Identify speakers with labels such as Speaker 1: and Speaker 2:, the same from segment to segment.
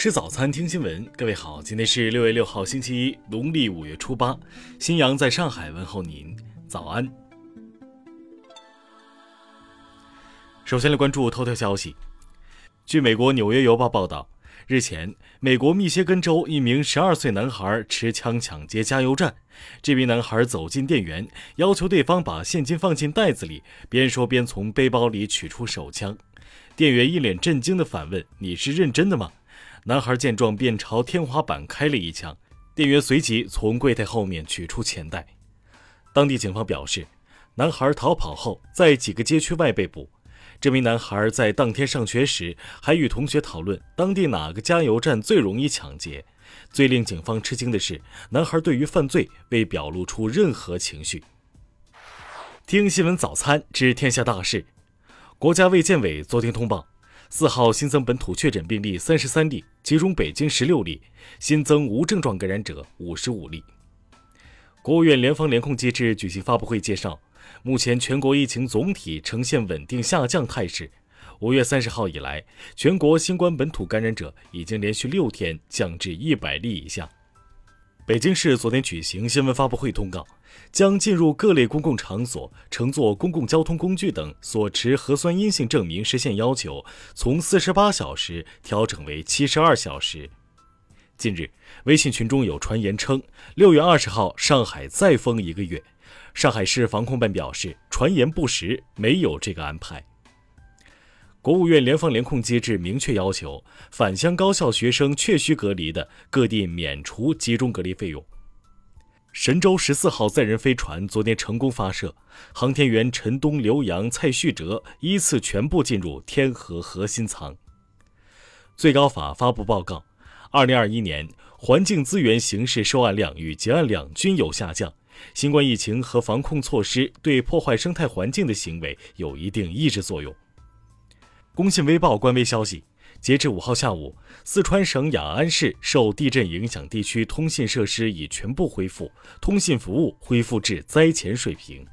Speaker 1: 吃早餐，听新闻。各位好，今天是6月6号，星期一，农历5月初8。新阳在上海问候您，早安。首先来关注头条消息。据美国《纽约邮报》报道，日前，美国密歇根州一名12岁男孩持枪抢劫加油站。这名男孩走进店员，要求对方把现金放进袋子里，边说边从背包里取出手枪。店员一脸震惊地反问：“你是认真的吗？”男孩见状便朝天花板开了一枪，店员随即从柜台后面取出钱袋。当地警方表示，男孩逃跑后在几个街区外被捕。这名男孩在当天上学时还与同学讨论当地哪个加油站最容易抢劫。最令警方吃惊的是，男孩对于犯罪未表露出任何情绪。听新闻早餐知天下大事。国家卫健委昨天通报，4号新增本土确诊病例33例，其中北京16例，新增无症状感染者55例。国务院联防联控机制举行发布会介绍，目前全国疫情总体呈现稳定下降态势。5月30号以来，全国新冠本土感染者已经连续6天降至100例以下。北京市昨天举行新闻发布会通告，将进入各类公共场所、乘坐公共交通工具等所持核酸阴性证明时限要求从48小时调整为72小时。近日，微信群中有传言称，6月20号上海再封1个月。上海市防控办表示，传言不实，没有这个安排。国务院联防联控机制明确要求，返乡高校学生确需隔离的，各地免除集中隔离费用。神舟14号载人飞船昨天成功发射，航天员陈冬、刘洋、蔡旭哲依次全部进入天河核心舱。最高法发布报告，2021年环境资源刑事收案量与结案量均有下降，新冠疫情和防控措施对破坏生态环境的行为有一定抑制作用。工信微报官微消息，截至5号下午，四川省雅安市受地震影响地区通信设施已全部恢复，通信服务恢复至灾前水平。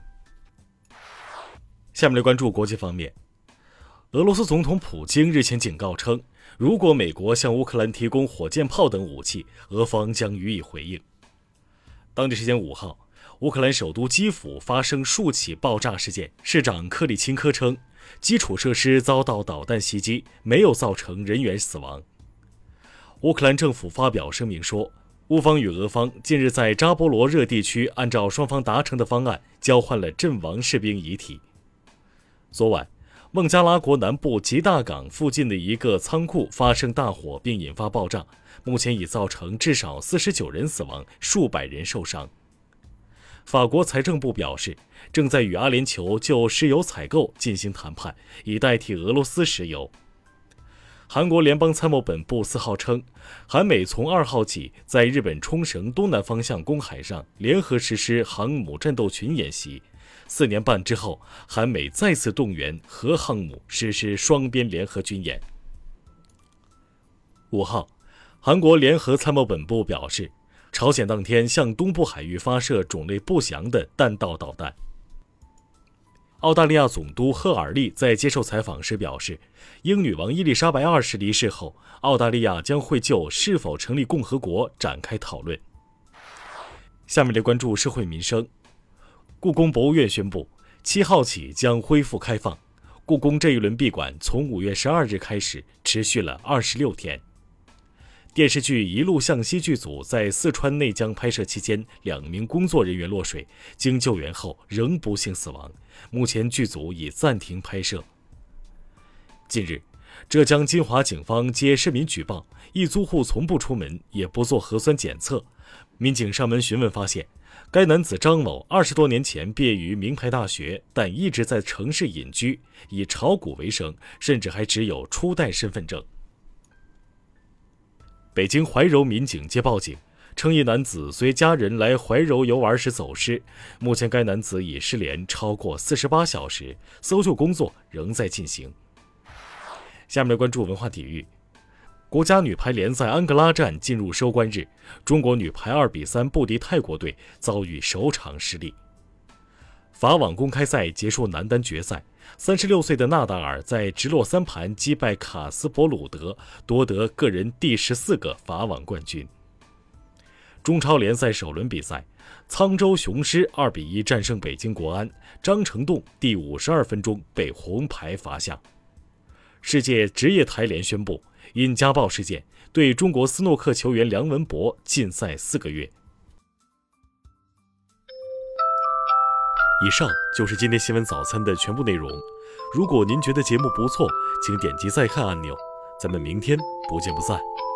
Speaker 1: 下面来关注国际方面。俄罗斯总统普京日前警告称，如果美国向乌克兰提供火箭炮等武器，俄方将予以回应。当地时间5号，乌克兰首都基辅发生数起爆炸事件，市长克里钦科称，基础设施遭到导弹袭击，没有造成人员死亡。乌克兰政府发表声明说，乌方与俄方近日在扎波罗热地区按照双方达成的方案交换了阵亡士兵遗体。昨晚，孟加拉国南部吉大港附近的一个仓库发生大火并引发爆炸，目前已造成至少49人死亡，数百人受伤。法国财政部表示，正在与阿联酋就石油采购进行谈判，以代替俄罗斯石油。韩国联邦参谋本部4号称，韩美从2号起在日本冲绳东南方向公海上联合实施航母战斗群演习。4年半之后，韩美再次动员核航母实施双边联合军演。5号，韩国联合参谋本部表示，朝鲜当天向东部海域发射种类不详的弹道导弹。澳大利亚总督赫尔利在接受采访时表示，英女王伊丽莎白2世离世后，澳大利亚将会就是否成立共和国展开讨论。下面来关注社会民生。故宫博物院宣布，7号起将恢复开放。故宫这一轮闭馆从5月12日开始，持续了26天。电视剧《一路向西》剧组在四川内江拍摄期间，2名工作人员落水，经救援后仍不幸死亡。目前剧组已暂停拍摄。近日，浙江金华警方接市民举报，一租户从不出门，也不做核酸检测。民警上门询问发现，该男子张某20多年前毕业于名牌大学，但一直在城市隐居，以炒股为生，甚至还只有初代身份证。北京怀柔民警接报警，称一男子随家人来怀柔游玩时走失，目前该男子已失联超过48小时，搜救工作仍在进行。下面来关注文化体育。国家女排联赛安哥拉站进入收官日，中国女排2比3不敌泰国队，遭遇首场失利。 法网公开赛结束男单决赛，36岁的纳达尔在直落3盘击败卡斯伯鲁德，夺得个人第14个法网冠军。中超联赛首轮比赛，沧州雄狮2比1战胜北京国安，张成栋第52分钟被红牌罚下。世界职业台联宣布，因家暴事件对中国斯诺克球员梁文博禁赛4个月。以上就是今天新闻早餐的全部内容。如果您觉得节目不错，请点击再看按钮。咱们明天不见不散。